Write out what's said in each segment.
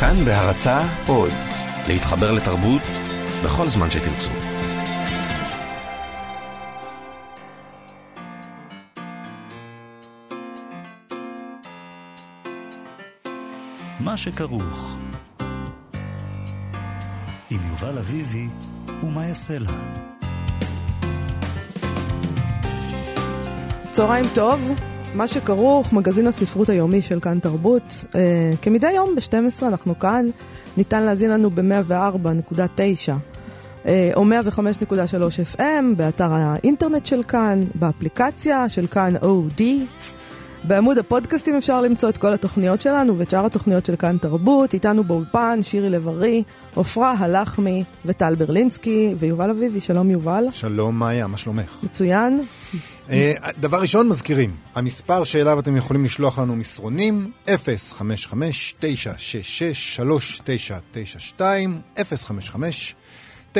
כאן בהרצאה עוד, להתחבר לתרבות בכל זמן שתרצו. מה שכרוך עם יובל אביבי ומה יעשה לה. צהריים טוב, מה שכרוך, מגזין הספרות היומי של כאן תרבות. כמדי יום ב-12 אנחנו כאן, ניתן להזין לנו ב-104.9 או 105.3 FM, באתר האינטרנט של כאן, באפליקציה של כאן OD. בעמוד הפודקאסטים אפשר למצוא את כל התוכניות שלנו ואת שאר התוכניות של כאן תרבות. איתנו באולפן שירי לב-ארי, עופרה הלחמי וטל ברלינסקי ויובל אביבי. שלום יובל. שלום מאיה, מה שלומך? מצוין. דבר ראשון מזכירים, המספר שאליו אתם יכולים לשלוח לנו מסרונים 055-966-3992 055-966-3992.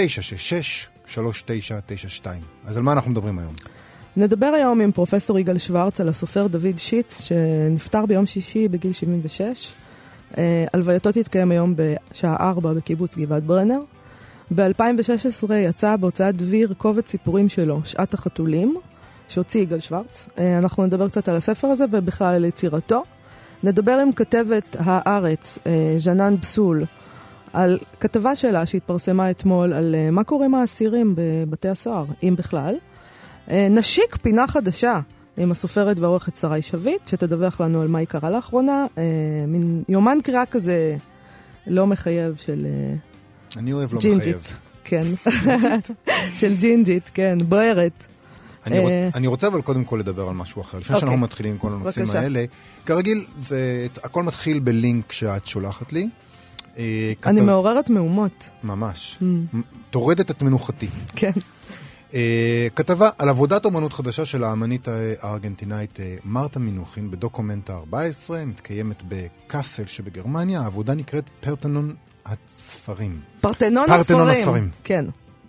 אז על מה אנחנו מדברים היום? נדבר היום עם פרופסור יגאל שוורץ על הסופר דוד שיץ שנפטר ביום שישי בגיל 76. הלווייתו תתקיים היום בשעה 4 בקיבוץ גבעת ברנר. ב-2016 יצא בהוצאת דביר קובץ סיפורים שלו, שעת החתולים, שהוציא יגאל שוורץ. אנחנו נדבר קצת על הספר הזה ובכלל על יצירתו. נדבר עם כתבת הארץ, ז'נן בסול, על כתבה שלה שהתפרסמה אתמול על מה קורה עם האסירים בבתי הסוהר, אם בכלל. נשיק פינה חדשה עם הסופרת והעורכת שרי שביט, שתדווח לנו על מה היא קרה לאחרונה. מין יומן קריאה כזה לא מחייב של אני אוהב לא ג'ינג'ית. מחייב. כן. של ג'ינג'ית, כן, בוערת. אני רוצה אבל קודם כל לדבר על משהו אחר. לפני שאנחנו מתחילים עם כל הנושאים האלה, כרגיל, הכל מתחיל בלינק שאת שולחת לי. אני מעוררת מהומות. ממש. תורדת את מנוחתי. כן. כתבה על עבודת אומנות חדשה של האמנית הארגנטינאית מרתה מינוכין בדוקומנטה 14, מתקיימת בקאסל שבגרמניה. העבודה נקראת פרטנון הספרים. פרטנון הספרים. כן.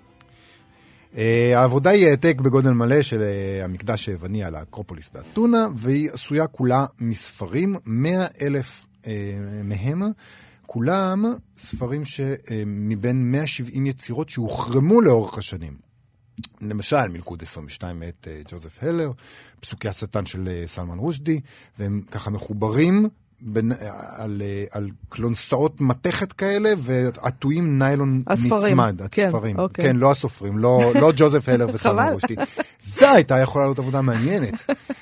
העבודה היא העתק בגודל מלא של המקדש היווני על האקרופוליס באתונה, והיא עשויה כולה מספרים, 100,000 מהם, כולם ספרים שמבין 170 יצירות שהוחרמו לאורך השנים. למשל, מלכוד 22 מאת ג'וזף הלר, פסוקי השטן של סלמן רושדי, והם ככה מחוברים על קלונסאות מתכת כאלה, ועטויים ניילון נצמד. הספרים. כן, לא הסופרים, לא ג'וזף הלר וסלמן רושדי. זה הייתה יכולה להיות עבודה מעניינת.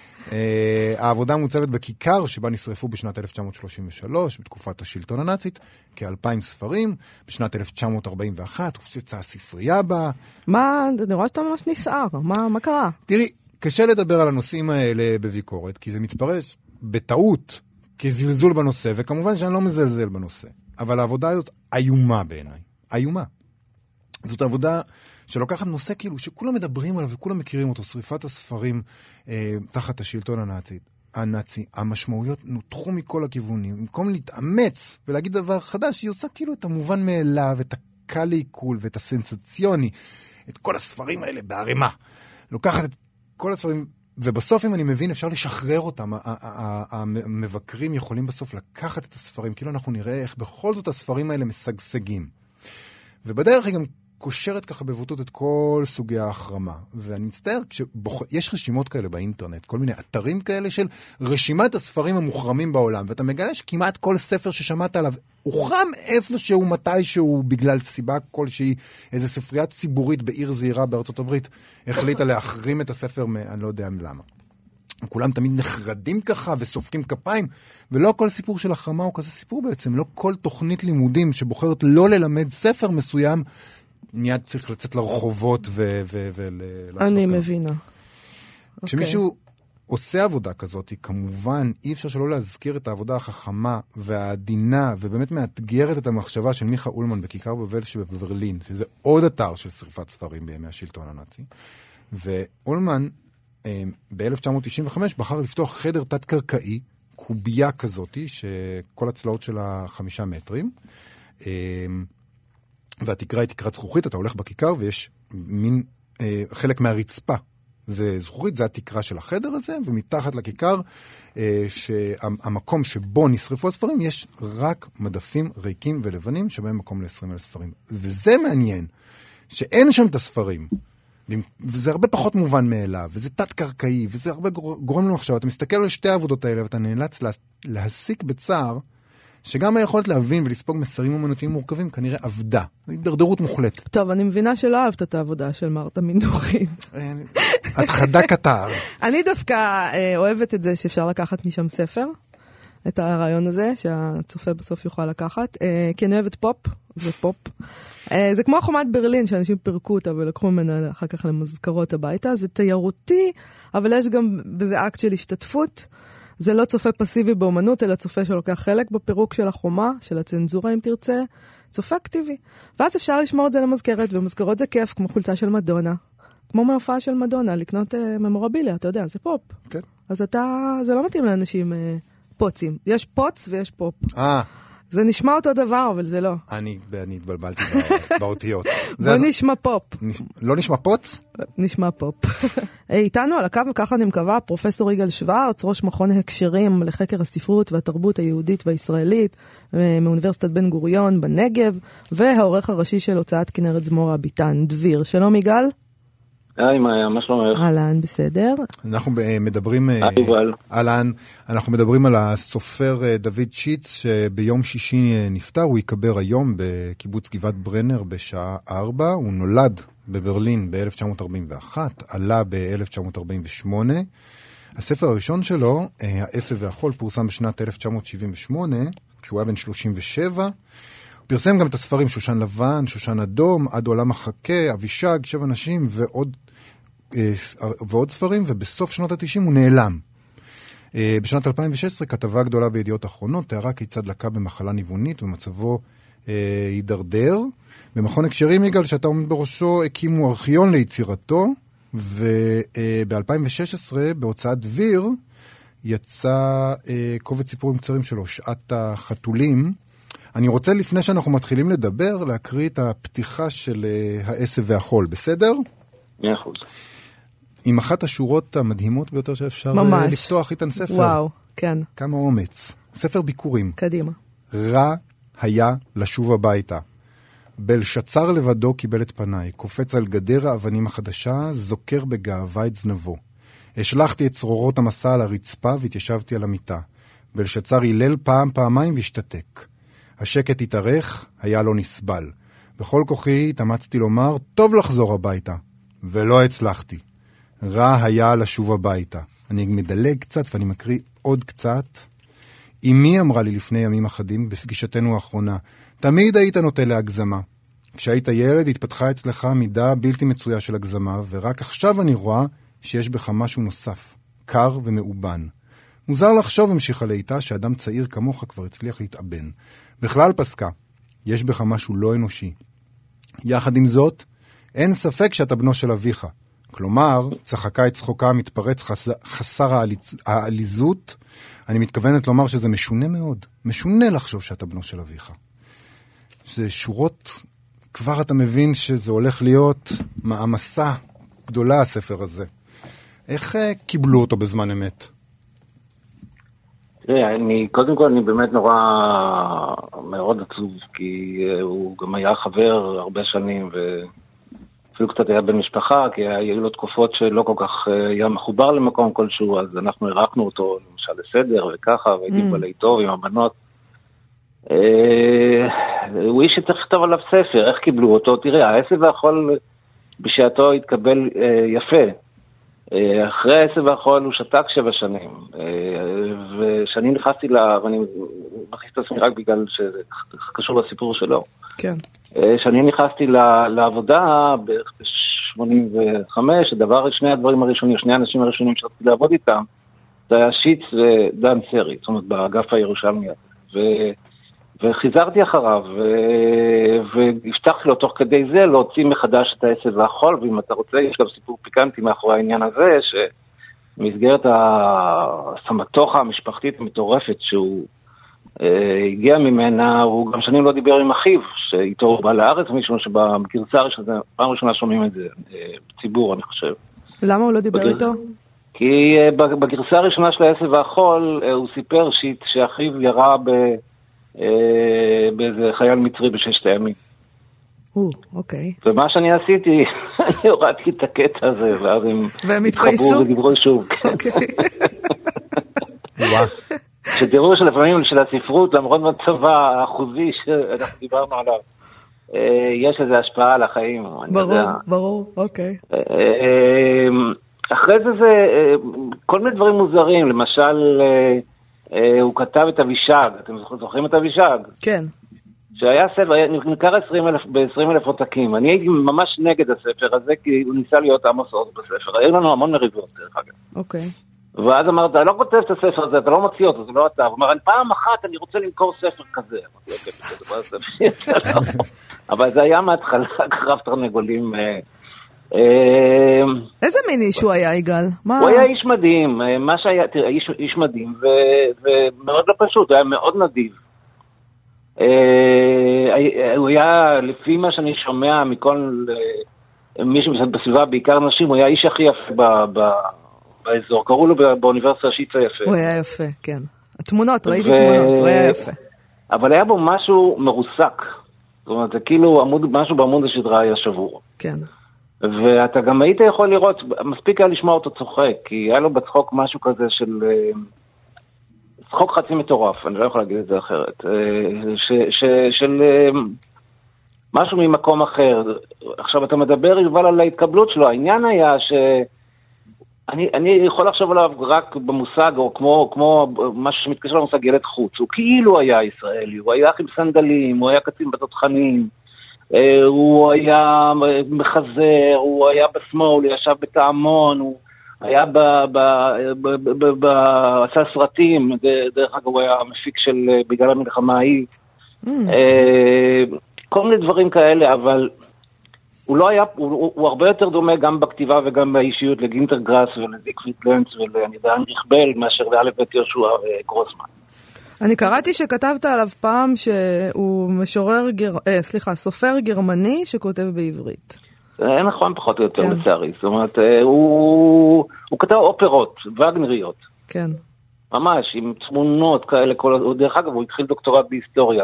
העבודה מוצבת בכיכר שבה נשרפו בשנת 1933, בתקופת השלטון הנאצית, כ2,000 ספרים. בשנת 1941 הופצצה הספרייה בה. אני רואה שאתה ממש נסער, מה קרה? תראי, קשה לדבר על הנושאים האלה בביקורת, כי זה מתפרש בטעות כזלזול בנושא, וכמובן שאני לא מזלזל בנושא. אבל העבודה הזאת איומה בעיניי. איומה. זאת עבודה שלוקחת נושא כאילו שכולם מדברים עליו וכולם מכירים אותו, שריפת הספרים תחת השלטון הנאצי. המשמעויות נותחו מכל הכיוונים. במקום להתאמץ ולהגיד דבר חדש, היא עושה כאילו את המובן מאליו, את הקל לעיכול ואת הסנסציוני, את כל הספרים האלה בערימה. לוקחת את כל הספרים, ובסוף אם אני מבין אפשר לשחרר אותם. המבקרים יכולים בסוף לקחת את הספרים, כאילו אנחנו נראה איך בכל זאת הספרים האלה משגשגים. ובדרך היא גם קושרת ככה בבוטות את כל סוגי ההחרמה. ואני מצטער, יש רשימות כאלה באינטרנט, כל מיני אתרים כאלה של רשימת הספרים המוחרמים בעולם, ואתה מגלה שכמעט כל ספר ששמעת עליו הוחרם איפשהו מתישהו בגלל סיבה כלשהי. איזו ספרייה ציבורית בעיר זעירה בארצות הברית החליטה להחרים את הספר, אני לא יודע למה. כולם תמיד נחרדים ככה וסופקים כפיים, ולא כל סיפור של החרמה הוא כזה סיפור בעצם. לא כל תוכנית לימודים שבוחרת לא ללמד ספר מסוים מיד צריך לצאת לרחובות אני מבינה. כשמישהו עושה עבודה כזאת, כמובן אי אפשר שלא להזכיר את העבודה החכמה והעדינה, ובאמת מאתגרת את המחשבה של מיכה אולמן בכיכר בבל שבברלין, שזה עוד אתר של שריפת ספרים בימי השלטון הנאצי. ואולמן ב-1995 בחר לפתוח חדר תת-קרקעי, קובייה כזאת, שכל הצלעות שלה 5 מטרים, והתקרה היא תקרת זכוכית, אתה הולך בכיכר ויש מין חלק מהרצפה זה זכוכית, זה התקרה של החדר הזה, ומתחת לכיכר, שהמקום שבו נשרפו הספרים, יש רק מדפים ריקים ולבנים, שבהם מקום ל-20,000 ספרים. וזה מעניין, שאין שם את הספרים, וזה הרבה פחות מובן מאליו, וזה תת-קרקעי, וזה הרבה גורם לנו עכשיו. אתה מסתכל על שתי העבודות האלה, ואתה נאלץ להסיק בצער, שגם היכולת להבין ולספוג מסרים אומנותיים מורכבים כנראה עבדה. זו הידרדרות מוחלטת. טוב, אני מבינה שלא אהבת את העבודה של מרתה מינדוכין. את חדה קטר. אני דווקא אוהבת את זה שאפשר לקחת משם ספר, את הרעיון הזה, שהצופה בסוף יוכל לקחת, כי אני אוהבת פופ, ופופ. זה כמו חומת ברלין, שאנשים פירקו אותה ולקחו ממנה אחר כך למזכרות הביתה. זה תיירותי, אבל יש גם בזה אקט של השתתפות. זה לא צופה פסיבי באומנות, אלא צופה שלוקח חלק בפירוק של החומה, של הצנזורה אם תרצה, צופה אקטיבי. ואז אפשר לשמור את זה למזכרת, ומזכרות זה כיף, כמו חולצה של מדונה. כמו מהופעה של מדונה, לקנות ממורביליה, אתה יודע, זה פופ. כן. אז זה לא מתאים לאנשים פוצים. יש פוץ ויש פופ. זה נשמע אותו דבר, אבל זה לא. אני התבלבלתי באותיות. בוא נשמע פופ. לא נשמע פוץ? נשמע פופ. איתנו על הקו, וככה אני מקווה, פרופסור יגאל שוורץ, ראש מכון הקשרים לחקר הספרות והתרבות היהודית והישראלית, מאוניברסיטת בן גוריון בנגב, והעורך הראשי של הוצאת כנרת זמורה ביטן, דביר. שלום יגאל. היי מאיה, מה שלומך? אהלן, בסדר. אנחנו מדברים אנחנו מדברים על הסופר דוד שיץ, שביום שישי נפטר. הוא יקבר היום בקיבוץ גבעת ברנר בשעה 4. הוא נולד בברלין ב-1941, עלה ב-1948. הספר הראשון שלו, העשב והחול, פורסם בשנת 1978, כשהוא היה בן 37. פרסם גם את הספרים שושן לבן, שושן אדום, עד עולם החכה, אבישג, 7 נשים ועוד ספרים, ובסוף שנות ה-90 הוא נעלם. בשנת 2016 כתבה גדולה בידיעות אחרונות, תיארה כיצד לקה במחלה ניוונית ומצבו הידרדר. במכון הקשרים יגאל, שאתה עומד בראשו, הקימו ארכיון ליצירתו, וב-2016 בהוצאת דביר יצא קובץ סיפורים קצרים שלו, שעת החתולים. אני רוצה לפני שאנחנו מתחילים לדבר, להקריא את הפתיחה של העשב והחול, בסדר? 100%. עם אחת השורות המדהימות ביותר שאפשר לפתוח איתן ספר. וואו, כן. כמה אומץ. ספר ביקורים. קדימה. רע היה לשוב הביתה. בלשצר לבדו קיבל את פניי, קופץ על גדר האבנים החדשה, זוקר בגאווה את זנבו. השלחתי את צרורות המסע על הרצפה והתיישבתי על המיטה. בלשצר הילל פעמיים והשתתק. השקט התארך, היה לא נסבל. בכל כוחי התאמצתי לומר, טוב לחזור הביתה. ולא הצלחתי. רע היה לשוב הביתה. אני מדלג קצת ואני מקריא עוד קצת. אמי אמרה לי לפני ימים אחדים, בפגישתנו האחרונה, תמיד היית נוטה להגזמה. כשהיית ילד התפתחה אצלך מידה בלתי מצויה של הגזמה, ורק עכשיו אני רואה שיש בך משהו נוסף, קר ומאובן. מוזר לחשוב, המשיכה לאיתה, שאדם צעיר כמוך כבר הצליח להתאבן. בכלל פסקה, יש בך משהו לא אנושי. יחד עם זאת, אין ספק שאתה בנו של אביך. כלומר, צחקה את צחוקה המתפרץ חסר העליזות. אני מתכוונת לומר שזה משונה מאוד. משונה לחשוב שאתה בנו של אביך. זה שורות, כבר אתה מבין שזה הולך להיות מעמסה גדולה, הספר הזה. איך קיבלו אותו בזמן אמת? קודם כל אני באמת נורא מאוד עצוב, כי הוא גם היה חבר הרבה שנים, ואפילו קצת היה בן משפחה, כי היו לו תקופות שלא כל כך היה מחובר למקום כלשהו, אז אנחנו הרקנו אותו למשל לסדר וככה, והייתי בלי טוב עם הבנות. הוא איש שצריך לכתוב עליו ספר, איך קיבלו אותו? תראה, העשב והחול בשעתו התקבל יפה. אחרי העשב והחול הוא שתק 7 שנים, ושאני נכנסתי ואני מכניס את עצמי רק בגלל שזה קשור לסיפור שלו. כן. שאני נכנסתי לעבודה בערך ב-85, שני הדברים הראשונים, שני האנשים הראשונים שרציתי לעבוד איתם, זה היה שיץ ודן סרי, זאת אומרת באגף הירושלמי. וחיזרתי אחריו, והבטחתי לו תוך כדי זה להוציא מחדש את העשב והחול, ואם אתה רוצה, יש גם סיפור פיקנטי מאחורי העניין הזה, שמסגרת הסמטוחה המשפחתית המטורפת שהוא הגיע ממנה, הוא גם שנים לא דיבר עם אחיו, שאיתו הוא בא לארץ, משום שבגרסה הראשונה, פעם ראשונה שומעים את זה בציבור, אני חושב. למה הוא לא דיבר איתו? כי בגרסה הראשונה של העשב והחול, הוא סיפר שאחיו ירה באיזה חייל מצרי בששת הימים. אוקיי. ומה שאני עשיתי, אני הורדתי את הקטע הזה, ואז הם התחברו ודיברו שוב. אוקיי. שתראו שלפעמים של הספרות, למרות מצבה האחוזי שאנחנו דיברנו עליו, יש לזה השפעה על החיים. ברור, אוקיי. אחרי זה כל מיני דברים מוזרים, למשל, הוא כתב את אבישג, אתם זוכרים את אבישג? כן. שהיה ספר, נמכר ב-20,000 עותקים. אני הייתי ממש נגד הספר הזה, כי הוא ניסה להיות עמוס עוז בספר. היו לנו המון מריבות, דרך אגב. אוקיי. ואז אמרת, אני לא כותב את הספר הזה, אתה לא מוציא אותו, זה לא אתה. הוא אמר, פעם אחת אני רוצה למכור ספר כזה. אמרתי, אוקיי, אבל זה היה מההתחלה קרב תרנגולים. איזה מין איש הוא היה, יגאל? הוא היה איש מדהים, מה שהיה, תראה, איש מדהים, ומאוד לא פשוט, הוא היה מאוד נדיב. הוא היה, לפי מה שאני שומע מכל מישהו בסביבה, בעיקר נשים, הוא היה האיש הכי יפה באזור, קראו לו באוניברסיטה שיץ היפה. הוא היה יפה, כן. התמונות, ראיתי תמונות, הוא היה יפה. אבל היה בו משהו מרוסק, זאת אומרת, זה כאילו משהו בעמוד השדרה היה שבור. כן. ואתה גם היית יכול לראות, מספיק היה לשמוע אותו צוחק, כי היה לו בצחוק משהו כזה של צחוק חצי מטורף, אני לא יכול להגיד את זה אחרת, של משהו ממקום אחר. עכשיו אתה מדבר יובל על ההתקבלות שלו, העניין היה אני יכול לחשוב עליו רק במושג, או כמו משהו שמתקשר למושג ילד חוץ, הוא כאילו היה ישראלי, הוא היה עם סנדלים, הוא היה קצין בתותחנים, הוא היה מחזר, הוא היה בשמאל, הוא ישב בטעמון, הוא היה עשה סרטים, דרך אגב הוא היה מפיק של בגלל המלחמה ההיא, כל מיני דברים כאלה, אבל הוא לא היה, הוא הרבה יותר דומה גם בכתיבה וגם באישיות לגינטר גראס ולזיקפריד לנץ ולענידן רכבל מאשר לאלף בית יהושע גרוסמן. אני קראתי שכתבת עליו פעם שהוא סופר גרמני שכותב בעברית. נכון, פחות או יותר לצערי. זאת אומרת, הוא כתב אופרות, וגנריות. כן. ממש, עם תמונות כאלה. דרך אגב, הוא התחיל דוקטורט בהיסטוריה.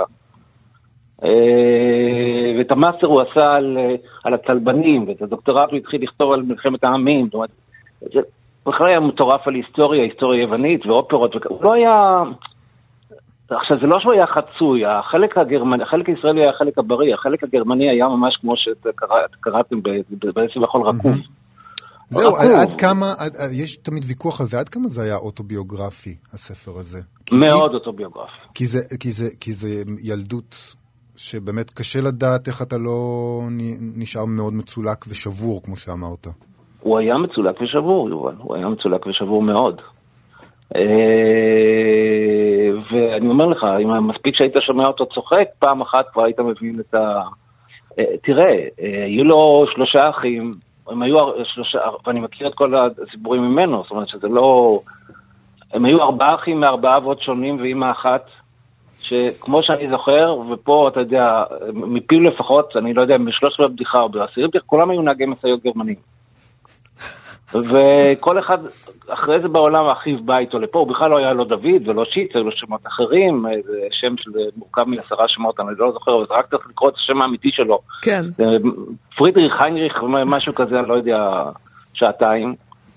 ואת המאסטר הוא עשה על הצלבנים, ואת הדוקטורט הוא התחיל לכתוב על מלחמת העמים. זאת אומרת, זה בכלל היה מטורף על היסטוריה יוונית ואופרות. הוא לא היה... עכשיו, זה לא שהוא היה חצוי, החלק הישראלי היה החלק הבריא, החלק הגרמני היה ממש כמו שקראתם בעצם בכל רקוב. זהו, עד כמה, יש תמיד ויכוח על זה, עד כמה זה היה אוטוביוגרפי, הספר הזה? מאוד אוטוביוגרפי. כי זה ילדות שבאמת קשה לדעת איך אתה לא נשאר מאוד מצולק ושבור, כמו שאמרת. הוא היה מצולק ושבור, יובל, הוא היה מצולק ושבור מאוד. ואני אומר לך, אם מספיק שהיית שומע אותו צוחק, פעם אחת כבר היית מבין את תראה, היו לו 3 אחים, הם היו 3, ואני מכיר את כל הסיפורים ממנו, זאת אומרת שזה לא... הם היו 4 אחים מ4 אבות שונים ואמא אחת, שכמו שאני זוכר, ופה אתה יודע, מפיו לפחות, אני לא יודע, ב13 בבדיחה או בעשירים, כולם היו נהגי משאיות גרמנים. וכל אחד אחרי זה בעולם אחיו בא איתו לפה, הוא בכלל לא היה לו דוד ולא שיט, היו לו שמות אחרים, זה שם שמורכב מ10 שמות, אני לא זוכר, אבל רק צריך לקרוא את השם האמיתי שלו. כן. פרידריך היינריך, משהו כזה, אני לא יודע, 2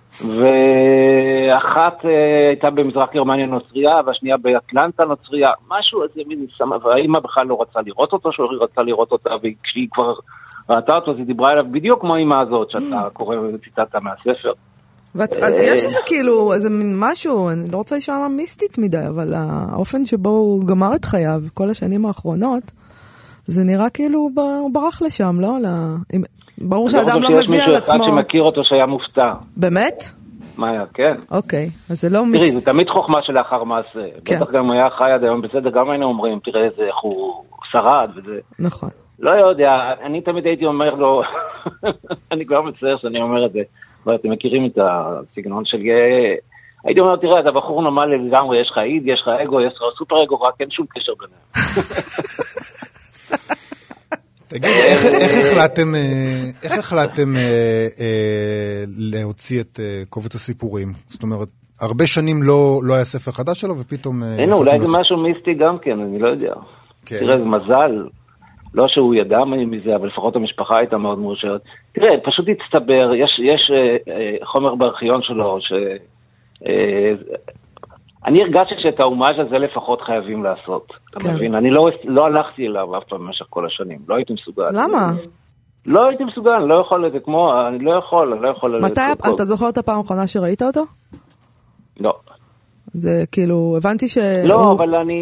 ואחת הייתה במזרח גרמניה נוצריה, והשנייה באטלנטה נוצריה, משהו איזה מין סמה, והאמא בכלל לא רצה לראות אותו, שהוא רצה לראות אותה, וכשהיא כבר ראתה אותו, אז היא דיברה אליו בדיוק כמו אמא הזאת, שאתה קורא וציטטת מהספר. אז יש איזה כאילו, איזה מין משהו, אני לא רוצה לשמוע מיסטית מדי, אבל האופן שבו הוא גמר את חייו, כל השנים האחרונות, זה נראה כאילו הוא ברח לשם, לא? ברור שאדם לא מביא על עצמו. אני חושב שיש מישהו אחד שמכיר אותו שהיה מופתע. באמת? מה היה, כן. אוקיי, אז זה לא... תראי, זה תמיד חוכמה שלאחר מעשה. בטח גם היה חי עד היום בסדר, גם היינו אומרים, תראה איך הוא שרד וזה. נכון. לא יודע, אני תמיד הייתי אומר לו, אני כבר מצטער שאני אומר את זה, ואתם מכירים את הסגנון שלי, הייתי אומר, תראה, אתה בחור נורמלי לגמרי, יש לך איד, יש לך אגו, יש לך סופר אגו, רק אין שום קשר ביניהם. תגיד, איך החלטתם להוציא את קובץ הסיפורים? זאת אומרת, הרבה שנים לא היה ספר חדש שלו, ופתאום... הנה, אולי זה משהו מיסטי גם כן, אני לא יודע. תראה, זה מזל. לא שהוא ידע מזה, אבל לפחות המשפחה הייתה מאוד מאושרת. תראה, פשוט הצטבר, יש חומר בארכיון שלו, אני הרגשתי שאת האומאז' הזה לפחות חייבים לעשות. אתה מבין? אני לא הלכתי אליו אף פעם במשך כל השנים. לא הייתי מסוגל. למה? לא הייתי מסוגל, אני לא יכול לזה כמו, אני לא יכול... מתי, אתה זוכר את הפעם האחרונה שראית אותו? לא. זה כאילו, הבנתי לא, אבל אני...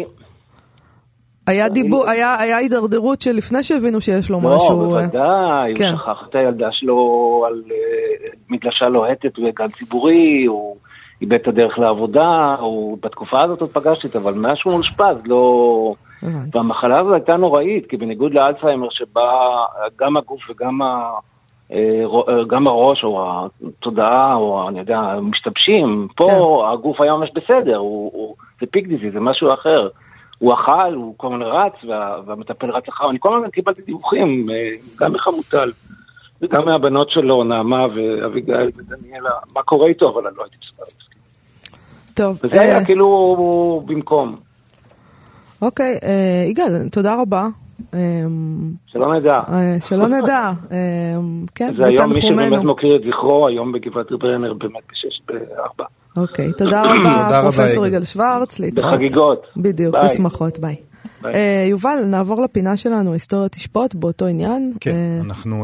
היה הידרדרות שלפני שהבינו שיש לו משהו... לא, בוודאי, הוא שכח את הילדה שלו על מגלשה לוהטת בגן ציבורי, הוא איבד את הדרך לעבודה, בתקופה הזאת עוד פגשתי, אבל משהו מושפז, לא... והמחלה הזו הייתה נוראית, כי בניגוד לאלצהיימר שבה גם הגוף וגם גם הראש או התודעה או אני יודע, משתבשים, פה הגוף היה ממש בסדר, זה פיק דיזיז, זה משהו אחר. הוא אכל, הוא כל מיני רץ, והמטפל רץ אחר. אני כל הזמן קיבלתי דיווחים, גם מחמוטל, וגם מהבנות שלו, נעמה ואביגיל ודניאלה, מה קורה איתו, אבל אני לא הייתי מספר. טוב. וזה היה כאילו במקום. אוקיי, יגאל, תודה רבה. שלא נדע. שלא נדע. כן, זה היום מי שבאמת מוקיר את זכרו, היום בגבעת ברנר, באמת ב-6-4. אוקיי, תודה רבה, פרופסור יגאל שוורץ. בחגיגות. בדיוק, בשמחות, ביי. יובל, נעבור לפינה שלנו, היסטוריה תשפוט, באותו עניין. כן, אנחנו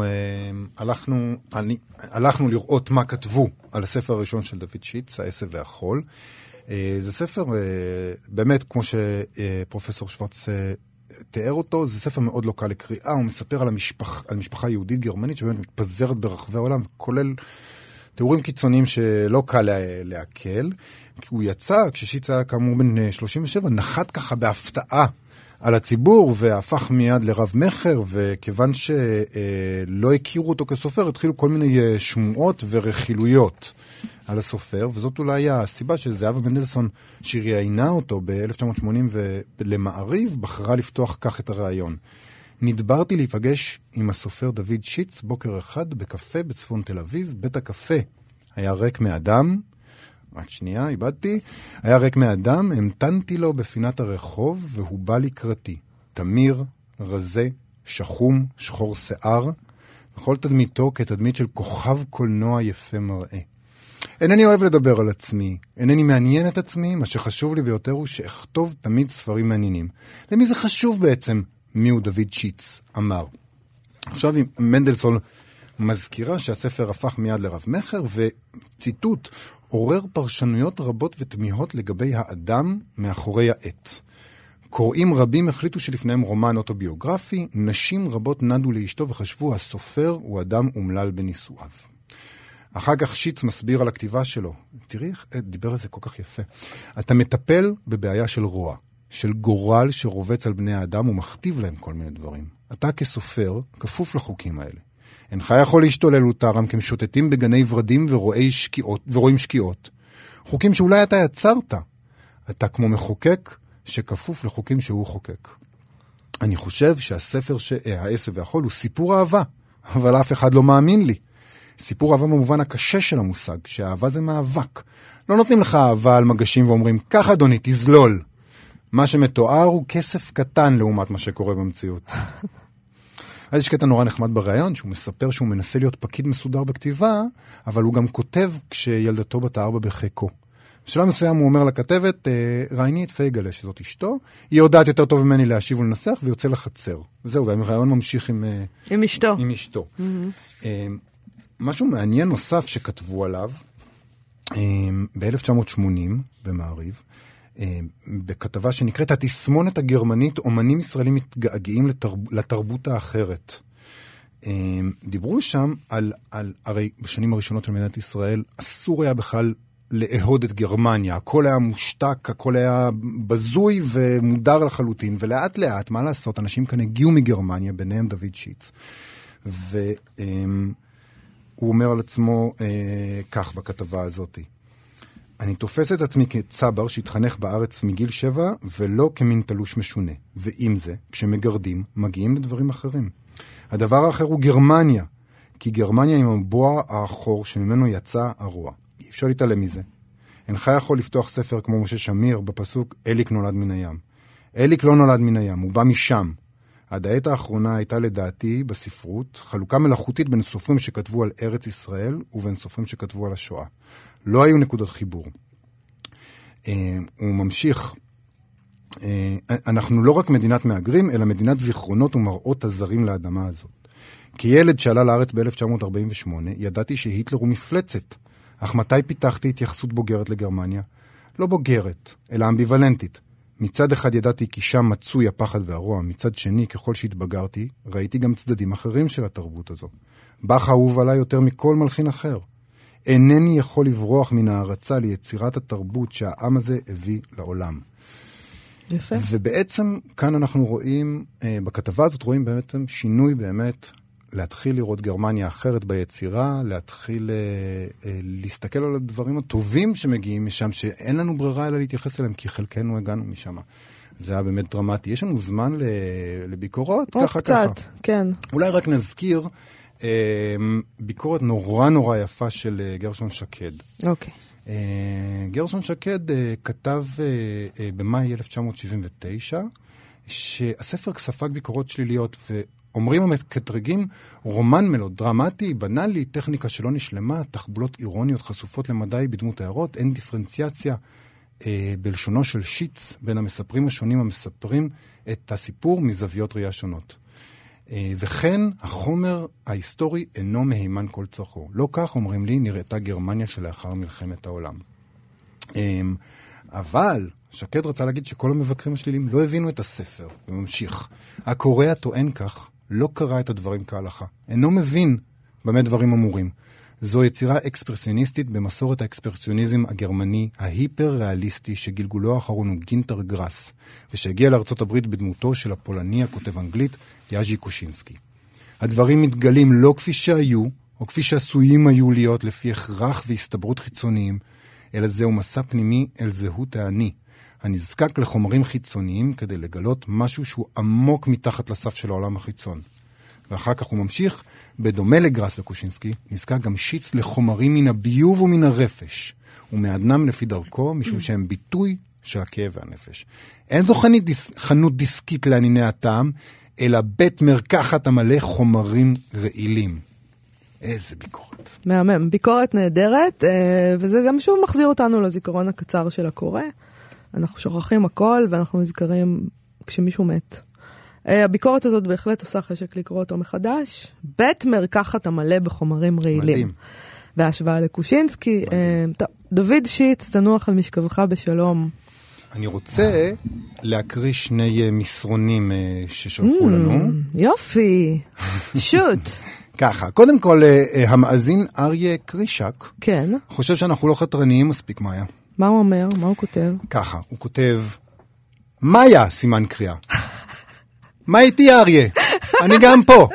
הלכנו לראות מה כתבו על הספר הראשון של דוד שיץ, העשב והחול. זה ספר, באמת, כמו שפרופסור שוורץ תיאר אותו, זה ספר מאוד לא קל לקריאה, הוא מספר על משפחה יהודית גרמנית שבאמת מתפזרת ברחבי העולם, כולל תיאורים קיצוניים שלא קל להקל. הוא יצא, כששיץ היה כאמור בן 37, נחת ככה בהפתעה על הציבור, והפך מיד לרב מחר, וכיוון שלא הכירו אותו כסופר, התחילו כל מיני שמועות ורכילויות על הסופר, וזאת אולי הסיבה שזהבה מנדלסון, שראיינה אותו ב-1980 למעריב, בחרה לפתוח כך את הרעיון. נדברתי להיפגש עם הסופר דוד שיץ בוקר אחד בקפה בצפון תל אביב. בית הקפה היה ריק מאדם, רק שנייה, איבדתי, היה ריק מאדם, המתנתי לו בפינת הרחוב והוא בא לקראתי. תמיר, רזה, שחום, שחור שיער, וכל תדמיתו כתדמית של כוכב קולנוע יפה מראה. אינני אוהב לדבר על עצמי, אינני מעניין את עצמי, מה שחשוב לי ביותר הוא שאכתוב תמיד ספרים מעניינים. למי זה חשוב בעצם? מי הוא דוד שיץ? אמר. עכשיו מנדלסון מזכירה שהספר הפך מיד לרב מחר, וציטוט, עורר פרשנויות רבות ותמיהות לגבי האדם מאחורי העט. קוראים רבים החליטו שלפניהם רומן אוטוביוגרפי, נשים רבות נדו לאשתו וחשבו הסופר הוא אדם אומלל בנישואיו. אחר כך שיץ מסביר על הכתיבה שלו. תראי איך דיבר על זה כל כך יפה. אתה מטפל בבעיה של רוע, של גורל שרובץ על בני האדם ומכתיב להם כל מיני דברים. אתה כסופר כפוף לחוקים האלה. אינך יכול להשתולל אותם כמשוטטים בגני ורדים ורואים שקיעות. חוקים שאולי אתה יצרת. אתה כמו מחוקק שכפוף לחוקים שהוא חוקק. אני חושב שהספר העשב והחול הוא סיפור אהבה, אבל אף אחד לא מאמין לי. סיפור אהבה במובן הקשה של המושג, שהאהבה זה מאבק. לא נותנים לך אהבה על מגשים ואומרים, כך אדוני, תזלול. מה שמתואר הוא כסף קטן לעומת מה שקורה במציאות. אז יש קטע נורא נחמד בראיון, שהוא מספר שהוא מנסה להיות פקיד מסודר בכתיבה, אבל הוא גם כותב כשילדתו בת 4 בחיקו. בשלב מסוים הוא אומר לכתבת, ראייני את פייגלה, שזאת אשתו, היא יודעת יותר טוב ממני להשיב ולנסח, ויוצא לחצר. וזהו, והראיון ממשיך עם אשתו. עם אשתו. משהו מעניין נוסף שכתבו עליו, ב-1980 במעריב, בכתבה שנקראת התסמונת הגרמנית, אומנים ישראלים מתגעגעים לתרבות האחרת. דיברו שם הרי בשנים הראשונות של מדינת ישראל, אסור היה בכלל לאהוד את גרמניה, הכל היה מושתק, הכל היה בזוי ומודר לחלוטין, ולאט לאט, מה לעשות, אנשים כאן הגיעו מגרמניה, ביניהם דוד שיץ, הוא אומר על עצמו כך בכתבה הזאת. אני תופס את עצמי כצבר שהתחנך בארץ מגיל 7, ולא כמין תלוש משונה. ועם זה, כשמגרדים, מגיעים לדברים אחרים. הדבר האחר הוא גרמניה, כי גרמניה עם הבוע האחור שממנו יצא הרוע. אי אפשר להתעלם מזה. אינך יכול לפתוח ספר כמו משה שמיר בפסוק אליק נולד מן הים. אליק לא נולד מן הים, הוא בא משם. עד העת האחרונה הייתה לדעתי בספרות חלוקה מלאכותית בין סופרים שכתבו על ארץ ישראל ובין סופרים שכתבו על השואה. לא היו נקודות חיבור. הוא ממשיך. אנחנו לא רק מדינת מאגרים, אלא מדינת זיכרונות ומראות הזרים לאדמה הזאת. כילד שעלה לארץ ב-1948, ידעתי שהיטלר הוא מפלצת. אך מתי פיתחתי התייחסות בוגרת לגרמניה? לא בוגרת, אלא אמביוולנטית. מצד אחד ידעתי כי שם מצוי הפחד והרוע, מצד שני, ככל שהתבגרתי, ראיתי גם צדדים אחרים של התרבות הזו. בך אהוב עליי יותר מכל מלחין אחר. אינני יכול לברוח מן הערצה ליצירת התרבות שהעם הזה הביא לעולם. יפה. ובעצם כאן אנחנו רואים, בכתבה הזאת רואים בעצם שינוי באמת, להתחיל לראות גרמניה אחרת ביצירה, להתחיל להסתכל על הדברים הטובים שמגיעים משם, שאין לנו ברירה אלא להתייחס אליהם, כי חלקנו הגענו משם. זה היה באמת דרמטי. יש לנו זמן לביקורות? ככה, קצת, ככה. כן. אולי רק נזכיר ביקורת נורא נורא יפה של גרשון שקד. אוקיי. גרשון שקד כתב במאי 1979, שהספר ספג ביקורות שליליות, ואומרים המקטרגים, רומן מלודרמטי, בנאלי, טכניקה שלא נשלמה, תחבולות אירוניות חשופות למדי בדמות הערות, אין דיפרנציאציה בלשונו של שיץ בין המספרים השונים המספרים את הסיפור מזוויות ראייה שונות. וכן החומר ההיסטורי אינו מהימן כל צורכו. לא כך אומרים לי נראתה גרמניה שלאחר מלחמת העולם. אבל שקד רצה להגיד שכל המבקרים השלילים לא הבינו את הספר, וממשיך. הקורא הטוען כך לא קרא את הדברים כהלכה. אינו מבין במה דברים אמורים. זו יצירה אקספרסיוניסטית במסורת האקספרסיוניזם הגרמני ההיפר-ריאליסטי שגלגולו האחרון הוא גינטר גראס, ושהגיע לארצות הברית בדמותו של הפולני הכותב אנגלית יאז'י קושינסקי. הדברים מתגלים לא כפי שהיו, או כפי שעשויים היו להיות לפי הכרח והסתברות חיצוניים, אלא זהו מסע פנימי אל זהות האני, הנזקק לחומרים חיצוניים כדי לגלות משהו שהוא עמוק מתחת לסף של העולם החיצון. ואחר כך הוא ממשיך, בדומה לגראס וקושינסקי, נזקק גם שיץ לחומרים מן הביוב ומן הרפש, ומעדנם לפי דרכו, משום שהם ביטוי של הכאב והנפש. אין זו חנות דיסקית לענייני הטעם, אלא בית מרקחת המלא חומרים רעילים. איזה ביקורת. מהמם, ביקורת נהדרת, וזה גם שוב מחזיר אותנו לזיכרון הקצר של הקורא. אנחנו שוכחים הכל, ואנחנו נזכרים כשמישהו מת. הביקורת הזאת בהחלט עושה חשק לקרוא אותו מחדש. בית מרקחת המלא בחומרים רעילים. מדהים. וההשוואה לקושינסקי. טוב, דוד שיץ, תנוח על משכבך בשלום. אני רוצה להקריא שני מסרונים ששלחו לנו. יופי. שוט. ככה, קודם כל, המאזין אריה קרישק, כן. חושב שאנחנו לא חתרניים מספיק, מאיה. מה הוא אומר? מה הוא כותב? ככה, הוא כותב, מאיה, סימן קריאה. מה איתי אריה? אני גם פה.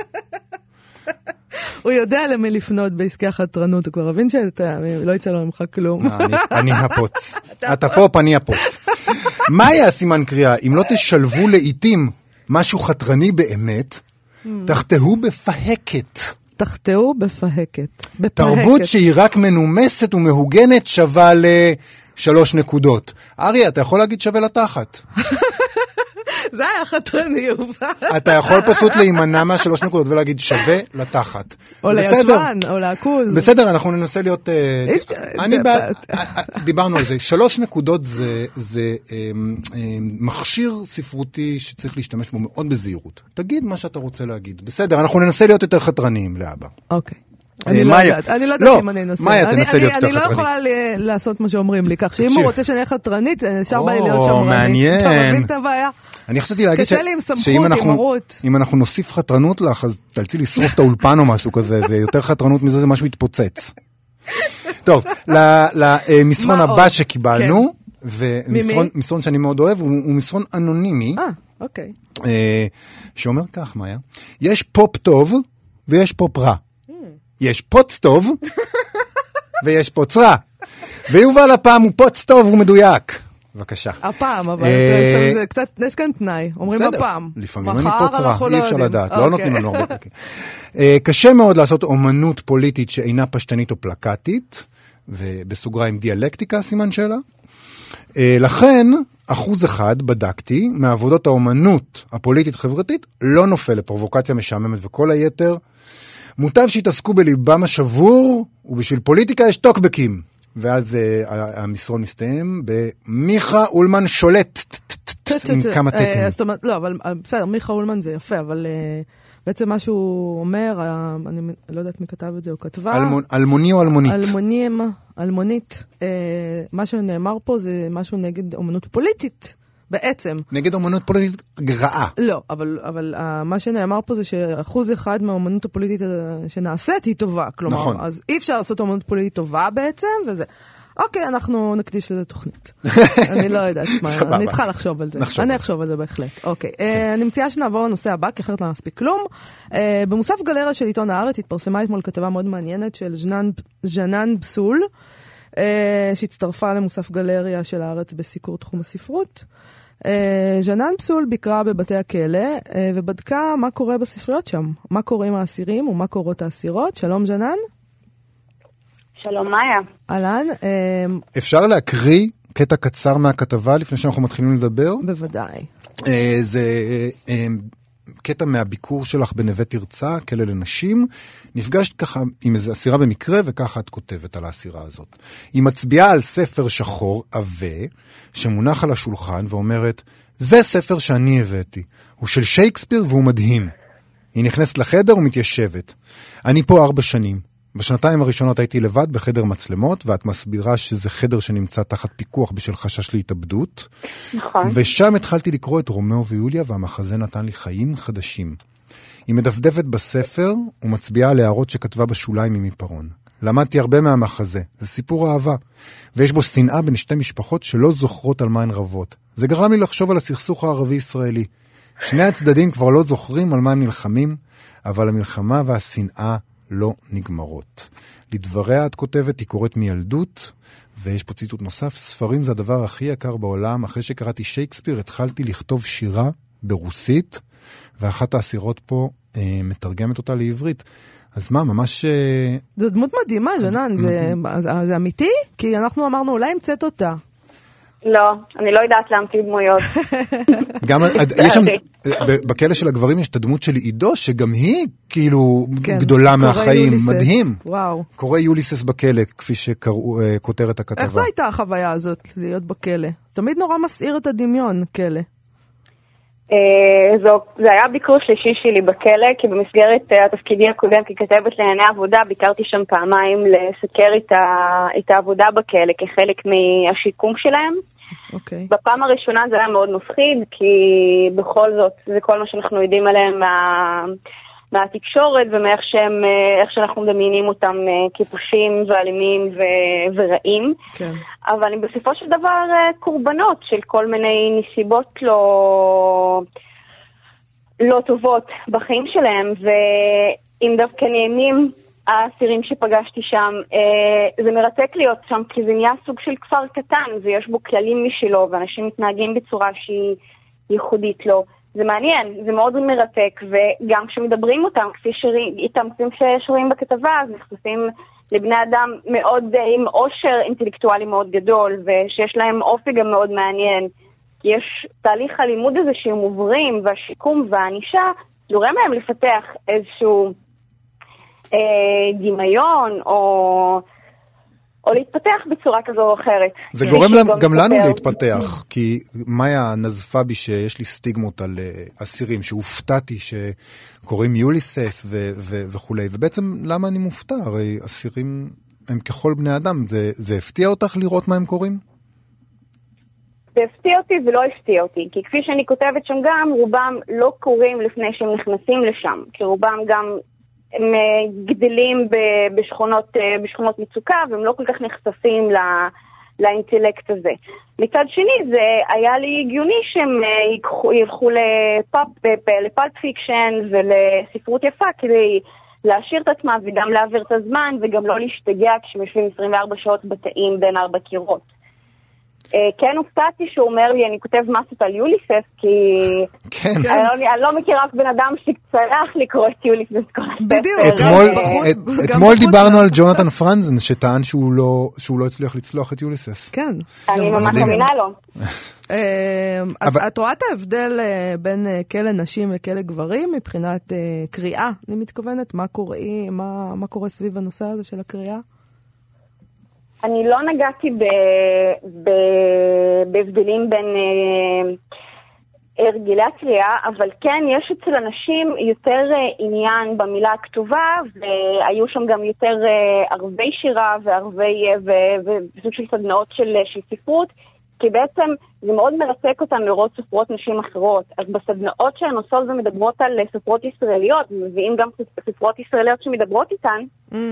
הוא יודע למי לפנות בעסקי החתרנות, הוא כבר הבין שלא יצא לו ממך כלום. אני הפוץ. אתה פופ, אני הפוץ. מאיה, סימן קריאה, אם לא תשלבו לעיתים משהו חתרני באמת, תחתהו בפהקת. תחתהו בפהקת. תרבות שהיא רק מנומסת ומהוגנת שווה ל3 נקודות. אריה, אתה יכול להגיד שווה לתחת. זה היה חתרני, יובל. אתה יכול פשוט להימנע מה3 נקודות ולהגיד שווה לתחת. או לישבן, או לעכוז. בסדר, אנחנו ננסה להיות... דיברנו על זה. 3 נקודות זה מכשיר ספרותי שצריך להשתמש בו מאוד בזהירות. תגיד מה שאתה רוצה להגיד. בסדר, אנחנו ננסה להיות יותר חתרניים לאבא. אוקיי. אני לא יודעת אם אני אנסה. מאיה, תנסה להיות יותר חתרנית. אני לא יכולה לעשות מה שאומרים לי, כך שאם הוא רוצה שאני אהיה חתרנית, נשאר בא לי להיות שמרנית. מעניין. אתה מבין את הבעיה? אני חשבתי להגיד קשה לי עם סמכות, עם מרות. אם אנחנו נוסיף חתרנות לך, אז תלצי לשרוף את האולפן או משהו כזה, זה יותר חתרנות מזה, זה משהו יתפוצץ. טוב, למסרון הבא שקיבלנו, ומסרון שאני מאוד אוהב, הוא מסרון אנונימי. אוקיי. שאומר כך, מאיה, יש פופ טוב ויש פופ רע. יש פוץ טוב ויש פוץ רע. ויובל הפעם הוא פוץ טוב ומדויק. בבקשה. הפעם, אבל זה קצת, יש כאן תנאי. אומרים הפעם. לפעמים אני פוץ רע, אי אפשר לדעת. לא נותנים לנו הרבה פרקים. קשה מאוד לעשות אומנות פוליטית שאינה פשטנית או פלקטית, ובסוגריים דיאלקטיקה, סימן שאלה. לכן, 1% בדקתי מעבודות האומנות הפוליטית-חברתית לא נופל לפרובוקציה משעממת, וכל היתר מוטב שהתעסקו בליבם השבור, ובשביל פוליטיקה יש טוקבקים. ואז המסרון מסתיים במיכה אולמן שולט עם כמה תתים. לא, אבל בסדר, מיכה אולמן זה יפה, אבל בעצם מה שהוא אומר, אני לא יודעת מי כתב את זה או כתבה. אלמוני או אלמונית? אלמונית. מה שנאמר פה זה משהו נגד אומנות פוליטית. בעצם. נגד אומנות פוליטית גרעה. לא, אבל מה שנאמר פה זה ש1% מהאומנות הפוליטית שנעשית היא טובה. כלומר, נכון. אז אי אפשר לעשות אומנות פוליטית טובה בעצם, וזה. אוקיי, אנחנו נקדיש לזה תוכנית. אני לא יודעת מה, אני צריכה לחשוב על זה. אני אחשוב על זה בהחלט. אוקיי, אני מציעה שנעבור לנושא הבא, כי אחרת לא נספיק כלום. במוסף גלריה של עיתון הארץ התפרסמה אתמול כתבה מאוד מעניינת של ז'נן בסול, שהצטרפה למוסף גלריה של הארץ בסיקור תחום הספרות. ז'נן בסול ביקרה בבתי הכלא ובדקה מה קורה בספריות שם, מה קורה עם האסירים ומה קורות האסירות. שלום ז'נן. שלום מאיה. אהלן. אפשר להקריא קטע קצר מהכתבה לפני שאנחנו מתחילים לדבר? בוודאי. זה קטע מהביקור שלך בנווה תרצה, כלא לנשים. נפגשת ככה עם איזו אסירה במקרה, וככה את כותבת על האסירה הזאת. היא מצביעה על ספר שחור עבה, שמונח על השולחן, ואומרת, זה ספר שאני הבאתי. הוא של שייקספיר והוא מדהים. היא נכנסת לחדר ומתיישבת. אני פה 4 שנים. בשנתיים הראשונות הייתי לבד בחדר מצלמות, ואת מסבירה שזה חדר שנמצא תחת פיקוח בשל חשש להתאבדות. נכון. ושם התחלתי לקרוא את רומאו ויוליה, והמחזה נתן לי חיים חדשים. היא מדפדפת בספר, ומצביעה על הערות שכתבה בשוליים עם עיפרון. למדתי הרבה מהמחזה, זה סיפור אהבה, ויש בו שנאה בין 2 משפחות שלא זוכרות על מה הן רבות. זה גרם לי לחשוב על הסכסוך הערבי-ישראלי. שני הצדדים כבר לא זוכרים על מה הם נלחמים, אבל המלחמה והשנאה לא נגמרות. לדבריה את כותבת, היא קוראת מילדות, ויש פה ציטוט נוסף, ספרים זה הדבר הכי יקר בעולם, אחרי שקראתי שייקספיר התחלתי לכתוב שירה ברוסית, ואחת האסירות פה מתרגמת אותה לעברית. אז מה, ממש... זו דמות מדהימה, ז'נן, זה אמיתי? כי אנחנו אמרנו, אולי המצאת אותה. לא, אני לא יודעת להמציא דמויות. גם, יש שם, בכלא של הגברים יש את הדמות של עידו, שגם היא כאילו גדולה מהחיים, מדהים. וואו. קורא יוליסס בכלא, כפי שכותרת הכתבה. איך זו הייתה החוויה הזאת, להיות בכלא? תמיד נורא מסעיר את הדמיון, כלא. זה היה ביקור שלישי שלי בכלא, כי במסגרת התפקידי הקודם ככתבת לענייני עבודה, ביקרתי שם פעמיים לסקר את העבודה בכלא כחלק מהשיקום שלהם. Okay. בפעם הראשונה זה היה מאוד מפחיד, כי בכל זאת זה כל מה שאנחנו יודעים עליהם מהתקשורת ומאיך שאנחנו מדמיינים אותם כיפושים ואלימים ורעים. כן. אבל הם בסופו של דבר קורבנות של כל מיני נסיבות לא טובות בחיים שלהם, ואם דווקא נהנים האסירים שפגשתי שם, זה מרתק להיות שם, כי זה נהיה סוג של כפר קטן, ויש בו כללים משלו, ואנשים מתנהגים בצורה שהיא ייחודית לו. זה מעניין, זה מאוד מרתק, וגם כשמדברים אותם, כפי שרואים בכתבה, אז נחשפים לבני אדם מאוד, עם עושר אינטלקטואלי מאוד גדול, ושיש להם אופי גם מאוד מעניין. יש תהליך הלימוד הזה שהם עוברים, והשיקום והאנישה, גורם להם לפתח איזשהו דמיון, או להתפתח בצורה כזו או אחרת. זה גורם גם לנו להתפתח, כי מאיה נזפה בי שיש לי סטיגמות על אסירים, שהופתעתי שקוראים יוליסס וכו'. ובעצם למה אני מופתע? הרי אסירים הם ככל בני אדם. זה הפתיע אותך לראות מה הם קוראים? זה הפתיע אותי ולא הפתיע אותי, כי כפי שאני כותבת שם גם, רובם לא קוראים לפני שהם נכנסים לשם, כי רובם גם הם גדלים בשכונות מצוקה, והם לא כל כך נחשפים לאינטלקט הזה. מצד שני, זה היה לי הגיוני שהם ילכו לפלפ פיקשן ולספרות יפה, כדי להשאיר את עצמה וגם להעביר את הזמן וגם לא להשתגע כשמשווים 24 שעות בתאים בין 4 קירות. כן הופתעתי שהוא אומר לי, אני כותב מסות על יוליסס, כי אני לא מכירה אף בן אדם שצריך לקרוא את יוליסס כל הספר. בדיוק. אתמול דיברנו על ג'ונתן פרנזן, שטען שהוא לא הצליח לצלוח את יוליסס. כן. אני ממש מאמינה לו. את רואה את ההבדל בין כלא נשים לכלא גברים מבחינת קריאה? אני מתכוונת, מה קורה סביב הנושא הזה של הקריאה? אני לא נגעתי בהבדלים בין הרגלי הקריאה, אבל כן, יש אצל אנשים יותר עניין במילה הכתובה, והיו שם גם יותר ערבי שירה וסוג של סדנאות של ספרות, כי בעצם זה מאוד מרסק אותם לראות ספרות נשים אחרות. אז בסדנאות שהן עושות ומדברות על ספרות ישראליות, מביאים גם ספרות ישראליות שמדברות איתן,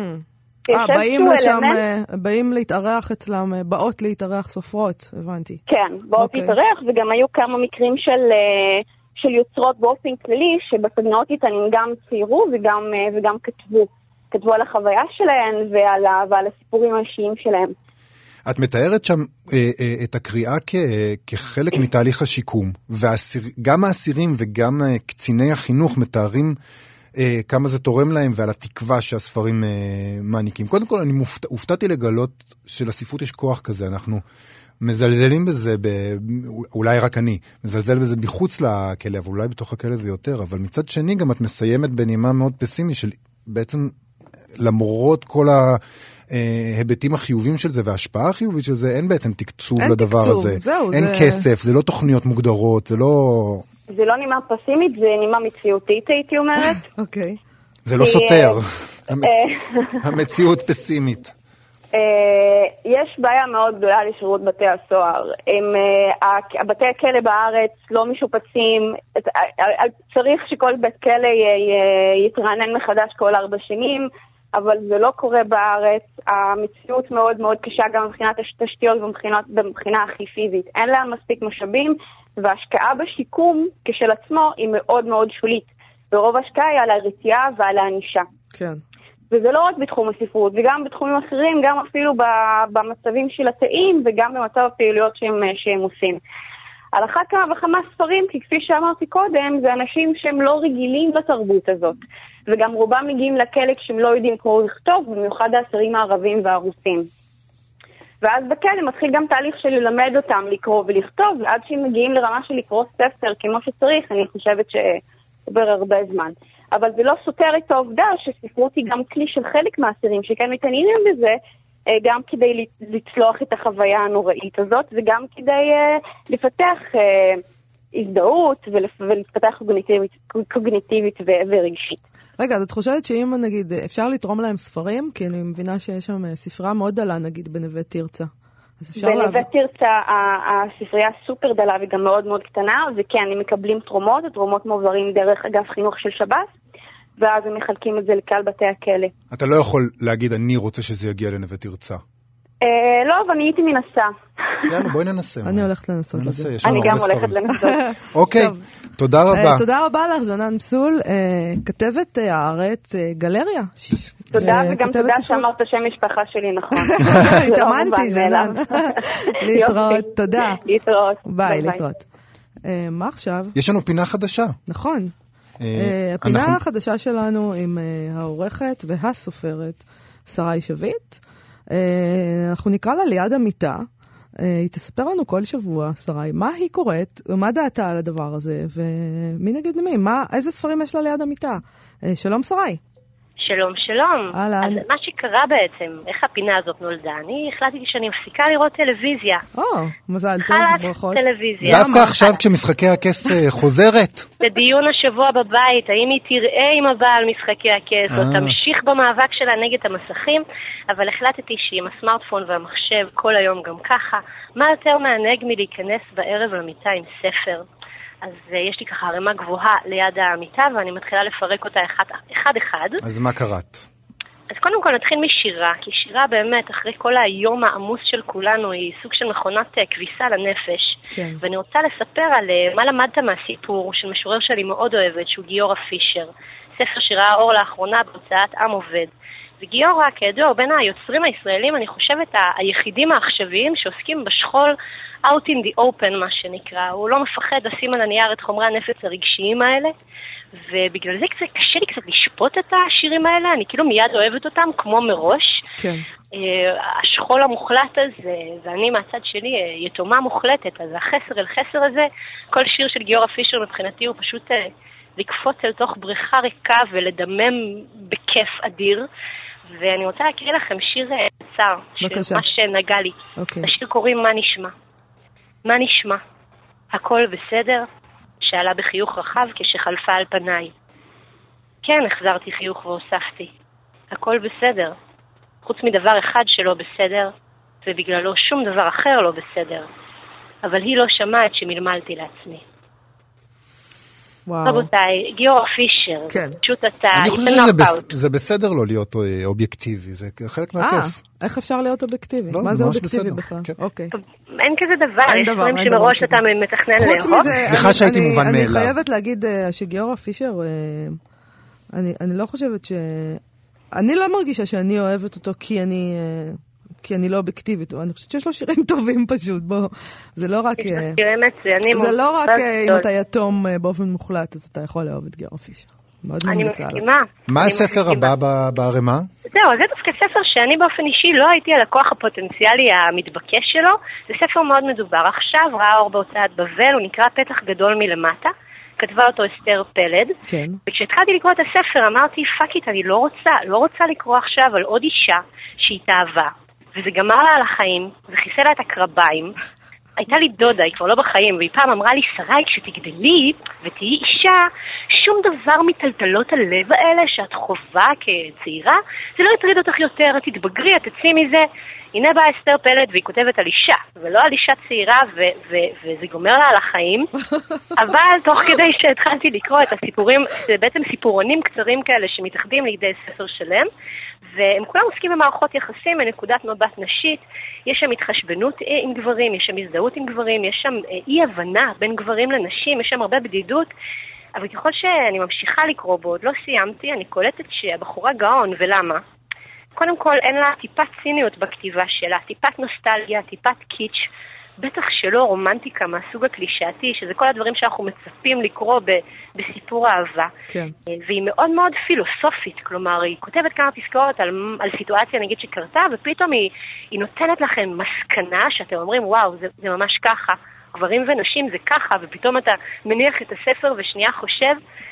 באים להתארח אצלם, באות להתארח סופרות, הבנתי. כן, באות להתארח, וגם היו כמה מקרים של יוצרות באופן כללי, שבסדנאות איתן הם גם ציירו וגם כתבו על החוויה שלהן ועל הסיפורים האישיים שלהם. את מתארת שם את הקריאה כחלק מתהליך השיקום, וגם האסירים וגם קציני החינוך מתארים כמה זה תורם להם ועל התקווה שהספרים מעניקים. קודם כל, אני הופתעתי לגלות שלספרות יש כוח כזה. אנחנו מזלזלים בזה, אולי רק אני, מזלזל בזה מחוץ לכלא, אבל אולי בתוך הכלא זה יותר. אבל מצד שני, גם את מסיימת בנימה מאוד פסימי, של בעצם למרות כל ההיבטים החיובים של זה וההשפעה החיובית של זה, אין בעצם תקצוב לדבר הזה. אין כסף, זה לא תוכניות מוגדרות, זה לא נימה פסימית, זה נימה מציאותית, הייתי אומרת. אוקיי. זה לא סותר. המציאות פסימית. יש בעיה מאוד גדולה לשירות בתי הסוהר. בתי הכלא בארץ לא משופצים, צריך שכל בית כלא יתרענן מחדש כל 4 שנים, אבל זה לא קורה בארץ. המציאות מאוד מאוד קשה גם מבחינת התשתיות ומבחינה הכי פיזית. אין להם מספיק משאבים, וההשקעה בשיקום כשל עצמו היא מאוד מאוד שולית. ורוב ההשקעה היא על הרתיעה ועל הענישה. כן. וזה לא רק בתחום הספרות, וגם בתחומים אחרים, גם אפילו במצבים של התאים, וגם במצב הפעילויות שהם עושים. על אחת כמה וכמה ספרים, כי כפי שאמרתי קודם, זה אנשים שהם לא רגילים לתרבות הזאת. וגם רובם מגיעים לכלא כשהם לא יודעים קרוא לכתוב, במיוחד האסירים הערבים והרוסים. ואז בכלא מתחיל גם תהליך של ללמד אותם לקרוא ולכתוב, ועד שהם מגיעים לרמה של לקרוא ספר כמו שצריך, אני חושבת שעובר הרבה זמן. אבל זה לא סותר את העובדה שספרות היא גם כלי של חלק מהאסירים שכן מתעניינים בזה, גם כדי לצלוח את החוויה הנוראית הזאת, וגם כדי לפתח הזדהות ולפתח קוגניטיבית ורגשית. רגע, אז את חושבת שאם נגיד אפשר לתרום להם ספרים? כי אני מבינה שיש שם ספרה מאוד דלה נגיד בנווה תרצה. בנווה תרצה הספרייה סופר דלה וגם מאוד מאוד קטנה, וכן, הם מקבלים תרומות, התרומות מועברים דרך אגף חינוך של שב"ס, ואז הם מחלקים את זה לכלל בתי הכלא. אתה לא יכול להגיד, אני רוצה שזה יגיע לנווה תרצה. לא, אבל אני הייתי מנסה. יאללה, בואי ננסה. אני הולכת לנסות את זה. אני גם הולכת לנסות. אוקיי, תודה רבה. תודה רבה לך, ז'נן פסול, כתבת הארץ גלריה. תודה, וגם תודה שאמרת שם משפחה שלי, נכון. התאמנתי, ז'נן. להתראות, תודה. להתראות. ביי, להתראות. מה עכשיו? יש לנו פינה חדשה. נכון. הפינה החדשה שלנו עם העורכת והסופרת שרי שביט. אנחנו נקרא לה ליד המיטה, היא תספר לנו כל שבוע, שרי, מה היא קוראת, ומה דעתה על הדבר הזה, ומי נגיד מי, איזה ספרים יש לה ליד המיטה. שלום שרי. שלום, שלום. אז מה שקרה בעצם, איך הפינה הזאת נולדה, אני החלטתי שאני מפסיקה לראות טלוויזיה. מזל טוב, ברכות. טלוויזיה. דווקא עכשיו כשמשחקי הכס חוזרת. בדיון השבוע בבית, האם היא תראה עם הבעל משחקי הכס, או תמשיך במאבק שלה נגד המסכים, אבל החלטתי שעם הסמארטפון והמחשב כל היום גם ככה, מה יותר מענג מלהיכנס בערב למיטה עם ספר. אז יש לי ככה רמה גבוהה ליד המיטה, ואני מתחילה לפרק אותה אחד אחד. אז מה קראת? אז קודם כל נתחיל משירה, כי שירה באמת, אחרי כל היום העמוס של כולנו, היא סוג של מכונת כביסה לנפש. כן. ואני רוצה לספר על מה למדת מהסיפור של משורר שאני מאוד אוהבת, שהוא גיורא פישר. ספר שראה אור לאחרונה בהוצאת עם עובד. וגיורא, כידוע, בין היוצרים הישראלים, אני חושבת, היחידים העכשוויים שעוסקים בשכול out in the open, מה שנקרא. הוא לא מפחד לשים על הנייר את חומרי הנפץ הרגשיים האלה, ובגלל זה קשה לי קצת לשפוט את השירים האלה, אני כאילו מיד אוהבת אותם, כמו מראש. כן. השכול המוחלט הזה, ואני מהצד שלי יתומה מוחלטת, אז החסר אל חסר הזה, כל שיר של גיורא פישר מבחינתי הוא פשוט לקפוץ אל תוך בריכה ריקה ולדמם בכיף אדיר. ואני רוצה להקריא לכם שיר קצר, מה שנגע לי. השיר קוראים מה נשמע. מה נשמע? הכל בסדר? שאלה בחיוך רחב כשחלפה על פניי. כן, החזרתי חיוך והוספתי. הכל בסדר. חוץ מדבר אחד שלא בסדר, ובגללו שום דבר אחר לא בסדר. אבל היא לא שמעת שמלמלתי לעצמי. רבותיי, גיורא פישר, כן. פשוט אתה... אני חושב שזה בסדר לא להיות אובייקטיבי, זה חלק מהכיף. איך אפשר להיות אובייקטיבי? מה זה אובייקטיבי בכלל? אוקיי. אין כזה דבר, יש דברים שמראש אתה מתכנן לאהוב. חוץ מזה, סליחה שהייתי מובן מאליו. אני חייבת להגיד שגיורא פישר, אני לא חושבת אני לא מרגישה שאני אוהבת אותו כי אני לא אובייקטיבית, אני חושבת שיש לו שירים טובים פשוט, בוא, זה לא רק... זה לא רק אם אתה יתום באופן מוחלט, אז אתה יכול לאהוב את גיורא פישר. אני מסכימה. מה הספר הבא בערימה? זהו, זה דווקא ספר שאני באופן אישי לא הייתי הלקוח הפוטנציאלי המתבקש שלו, זה ספר מאוד מדובר. עכשיו ראה אור בהוצאת בבל, הוא נקרא פתח גדול מלמטה, כתבה אותו אסתר פלד, כן. וכשהתחלתי לקרוא את הספר אמרתי, פאקית, אני לא רוצה לקרוא עכשיו על עוד אישה שהתאהבה. וזה גמר לה על החיים, וחיסה לה את הקרביים. הייתה לי דודה, היא כבר לא בחיים, והיא פעם אמרה לי, שרי, כשתגדלי ותהיי אישה, שום דבר מטלטלות הלב האלה שאת חובה כצעירה, זה לא יטריד אותך יותר, את תתבגרי, את תצאי מזה. הנה באה אסתר פלד והיא כותבת על אישה, ולא על אישה צעירה, וזה גומר לה על החיים. אבל תוך כדי שהתחלתי לקרוא את הסיפורים, זה בעצם סיפורונים קצרים כאלה שמתאחדים לידי ספר שלם, והם כולם עוסקים במערכות יחסים מנקודת מבט נשית, יש שם התחשבנות עם גברים, יש שם הזדהות עם גברים, יש שם אי-הבנה בין גברים לנשים, יש שם הרבה בדידות, אבל ככל שאני ממשיכה לקרוא בו, עוד לא סיימתי, אני קולטת שהבחורה גאון, ולמה? קודם כל אין לה טיפת ציניות בכתיבה שלה, טיפת נוסטלגיה, טיפת קיץ', בטח שלא רומנטיקה מהסוג הקלישאתי, שזה כל הדברים שאנחנו מצפים לקרוא בסיפור אהבה. כן. והיא מאוד מאוד פילוסופית, כלומר, היא כותבת כמה פסקאות על סיטואציה נגיד שקרתה, ופתאום היא נותנת לכם מסקנה שאתם אומרים, וואו, זה ממש ככה, גברים ונשים זה ככה, ופתאום אתה מניח את הספר ושנייה חושב,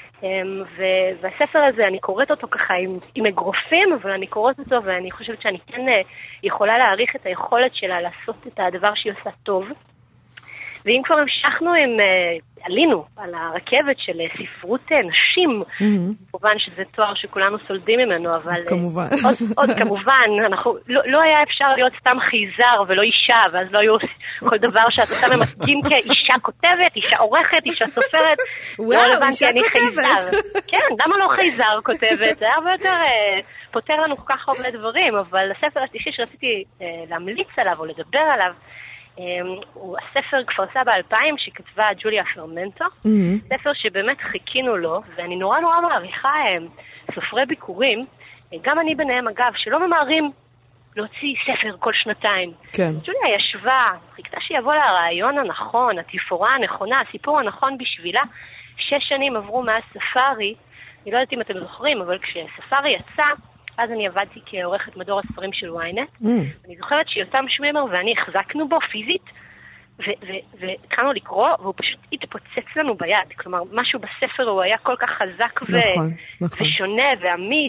והספר הזה, אני קוראת אותו ככה עם אגרופים, אבל אני קוראת אותו ואני חושבת שאני כן יכולה להעריך את היכולת שלה לעשות את הדבר שהיא עושה טוב. ואם כבר המשכנו עלינו על הרכבת של ספרות נשים, כמובן שזה תואר שכולנו סולדים ממנו, אבל כמובן. עוד כמובן, לא היה אפשר להיות סתם חייזר ולא אישה, ואז לא היו כל דבר שאת עושה ממתגים כאישה כותבת, אישה עורכת, אישה סופרת. וואו, אישה כותבת. כן, למה לא חייזר כותבת? זה הרבה יותר פותר לנו כל כך הרבה דברים, אבל הספר השלישי שרציתי להמליץ עליו או לדבר עליו, הוא הספר כפר סבא 2000 שכתבה ג'וליה פרמנטו, ספר שבאמת חיכינו לו, ואני נורא מעריכה סופרי ביקורים, גם אני ביניהם אגב, שלא ממהרים להוציא ספר כל שנתיים. כן. ג'וליה ישבה, חיכתה שיבוא לה הרעיון הנכון, התפאורה הנכונה, הסיפור הנכון בשבילה. 6 שנים עברו מאז ספארי, אני לא יודעת אם אתם זוכרים, אבל כשספארי יצא, אז אני עבדתי כעורכת מדור הספרים של וויינט. אני זוכרת שיותם שמימר ואני החזקנו בו פיזית, והתחלנו לקרוא, והוא פשוט התפוצץ לנו ביד. כלומר, משהו בספר הוא היה כל כך חזק ושונה ואמיץ,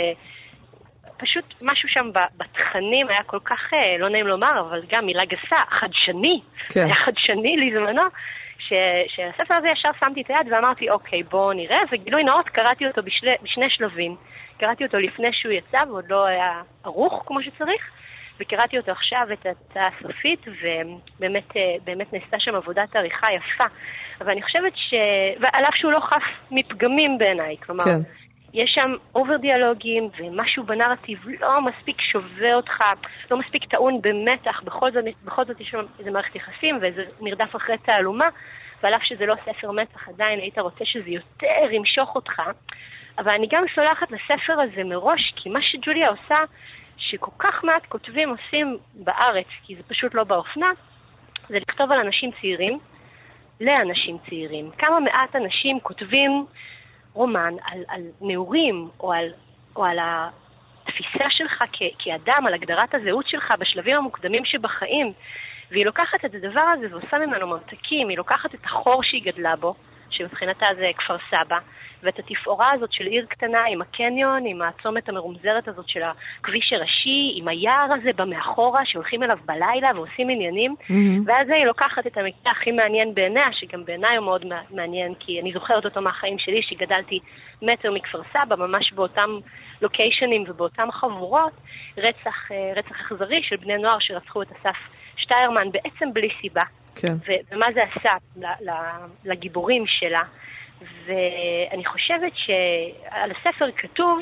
ופשוט משהו שם בתכנים היה כל כך, לא נעים לומר, אבל גם מילה גסה, חדשני. היה חדשני לזמנו, שהספר הזה ישר שמתי את היד ואמרתי, אוקיי, בואו נראה, וגילוי נאות קראתי אותו בשני שלבים. קראתי אותו לפני שהוא יצא, ועוד לא היה ערוך כמו שצריך, וקראתי אותו עכשיו את ההצעה הסופית, ובאמת נעשתה שם עבודת עריכה יפה. אבל אני חושבת ועליו שהוא לא חף מפגמים בעיניי, כלומר, יש שם אובר דיאלוגים, ומשהו בנרטיב לא מספיק שווה אותך, לא מספיק טעון במתח, בכל זאת יש שם איזה מערכת יחסים, ואיזה מרדף אחרי תעלומה, ועל אף שזה לא ספר מתח, עדיין היית רוצה שזה יותר ימשוך אותך, אבל אני גם סולחת לספר הזה מראש, כי מה שג'וליה עושה, שכל כך מעט כותבים עושים בארץ, כי זה פשוט לא באופנה, זה לכתוב על אנשים צעירים, לאנשים צעירים. כמה מעט אנשים כותבים רומן על נעורים, או על התפיסה שלך כאדם, על הגדרת הזהות שלך בשלבים המוקדמים שבחיים, והיא לוקחת את הדבר הזה ועושה ממנו ממתקים, היא לוקחת את החור שהיא גדלה בו, שמבחינתה זה כפר סבא, ואת התפאורה הזאת של עיר קטנה עם הקניון, עם העצומת המרומזרת הזאת של הכביש הראשי, עם היער הזה במאחורה שהולכים אליו בלילה ועושים עניינים, ואז היא לוקחת את המקרה הכי מעניין בעיניה, שגם בעיניי הוא מאוד מעניין, כי אני זוכרת אותו מהחיים שלי, שגדלתי מטר מכפר סבא, ממש באותם לוקיישנים ובאותם חבורות, רצח אכזרי של בני נוער שרצחו את אסף שטיירמן בעצם בלי סיבה. כן. ומה זה עשה לגיבורים שלה. ואני חושבת שעל הספר כתוב,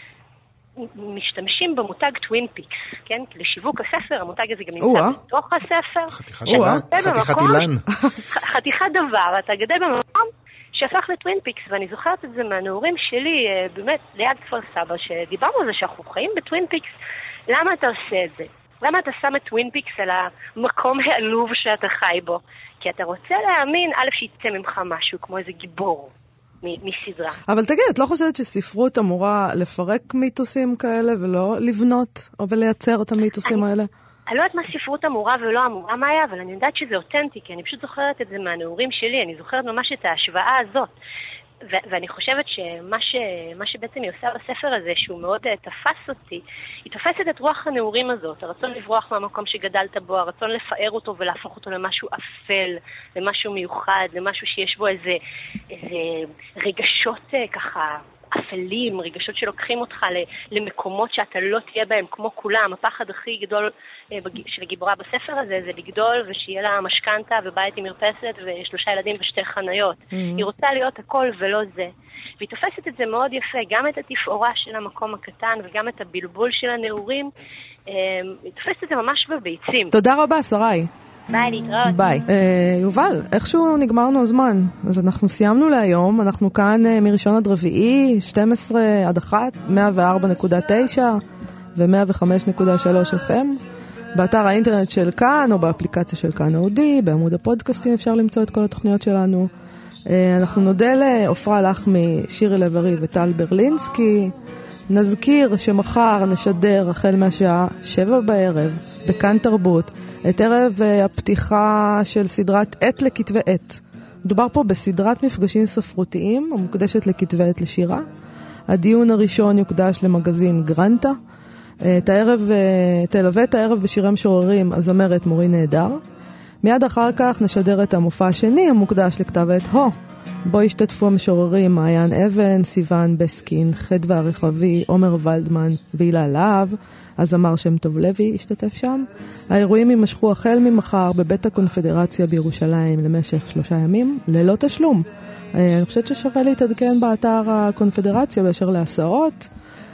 משתמשים במותג טווין פיקס, כן? לשיווק הספר, המותג הזה גם נמצא בתוך הספר. חתיכת אילן. חתיכת דבר, אתה גדל במקום שהפך לטווין פיקס, ואני זוכרת את זה מהנעורים שלי, באמת, ליד כפר סבא, שדיברנו על זה שאנחנו חיים בטווין פיקס, למה אתה עושה את זה? למה אתה שם את טווין פיקס על המקום העלוב שאתה חי בו? כי אתה רוצה להאמין, א', שיצא ממך משהו, כמו איזה גיבור מסדרה. אבל תגיד, את לא חושבת שספרות אמורה לפרק מיתוסים כאלה, ולא לבנות, או ולייצר את המיתוסים האלה? אני לא יודעת מה ספרות אמורה ולא אמורה מאיה, אבל אני יודעת שזה אותנטי, כי אני פשוט זוכרת את זה מהנעורים שלי, אני זוכרת ממש את ההשוואה הזאת. ואני חושבת שמה שבעצם היא עושה בספר הזה, שהוא מאוד תפס אותי, היא תופסת את רוח הנעורים הזאת, הרצון לברוח מהמקום שגדלת בו, הרצון לפאר אותו ולהפוך אותו למשהו אפל, למשהו מיוחד, למשהו שיש בו איזה רגשות ככה אפלים, רגשות שלוקחים אותך למקומות שאתה לא תהיה בהם כמו כולם. הפחד הכי גדול של הגיבורה בספר הזה זה לגדול ושיהיה לה משכנתה ובית עם מרפסת ושלושה ילדים ושתי חניות. היא רוצה להיות הכל ולא זה. והיא תופסת את זה מאוד יפה, גם את התפאורה של המקום הקטן וגם את הבלבול של הנעורים. היא תופסת את זה ממש בביצים. תודה רבה, שרי. ביי, להתראות. ביי. יובל, איכשהו נגמרנו הזמן, אז אנחנו סיימנו להיום, אנחנו כאן מראשון עד רביעי, 12 עד 1, 104.9 ו-105.3 FM, באתר האינטרנט של כאן או באפליקציה של כאן אודי, בעמוד הפודקאסטים אפשר למצוא את כל התוכניות שלנו. אנחנו נודה לאופרה לחמי, שירי לב-ארי וטל ברלינסקי. נזכיר שמחר נשדר החל מהשעה 7 בערב בכאן תרבות את ערב הפתיחה של סדרת עת לכתבי עת. מדובר פה בסדרת מפגשים ספרותיים המוקדשת לכתבי עת לשירה. הדיון הראשון יוקדש למגזין גרנטה. תלווה את הערב בשירי משוררים הזמרת מורי נהדר. מיד אחר כך נשדר את המופע השני המוקדש לכתב עת הו, בו השתתפו המשוררים מעיין אבן, סיוון בסקין, חדווה הרחבי, עומר ולדמן והילה להב. הזמר שם טוב לוי השתתף שם. האירועים יימשכו החל ממחר בבית הקונפדרציה בירושלים למשך 3 ימים ללא תשלום. אני חושבת ששווה להתעדכן באתר הקונפדרציה באשר להסעות.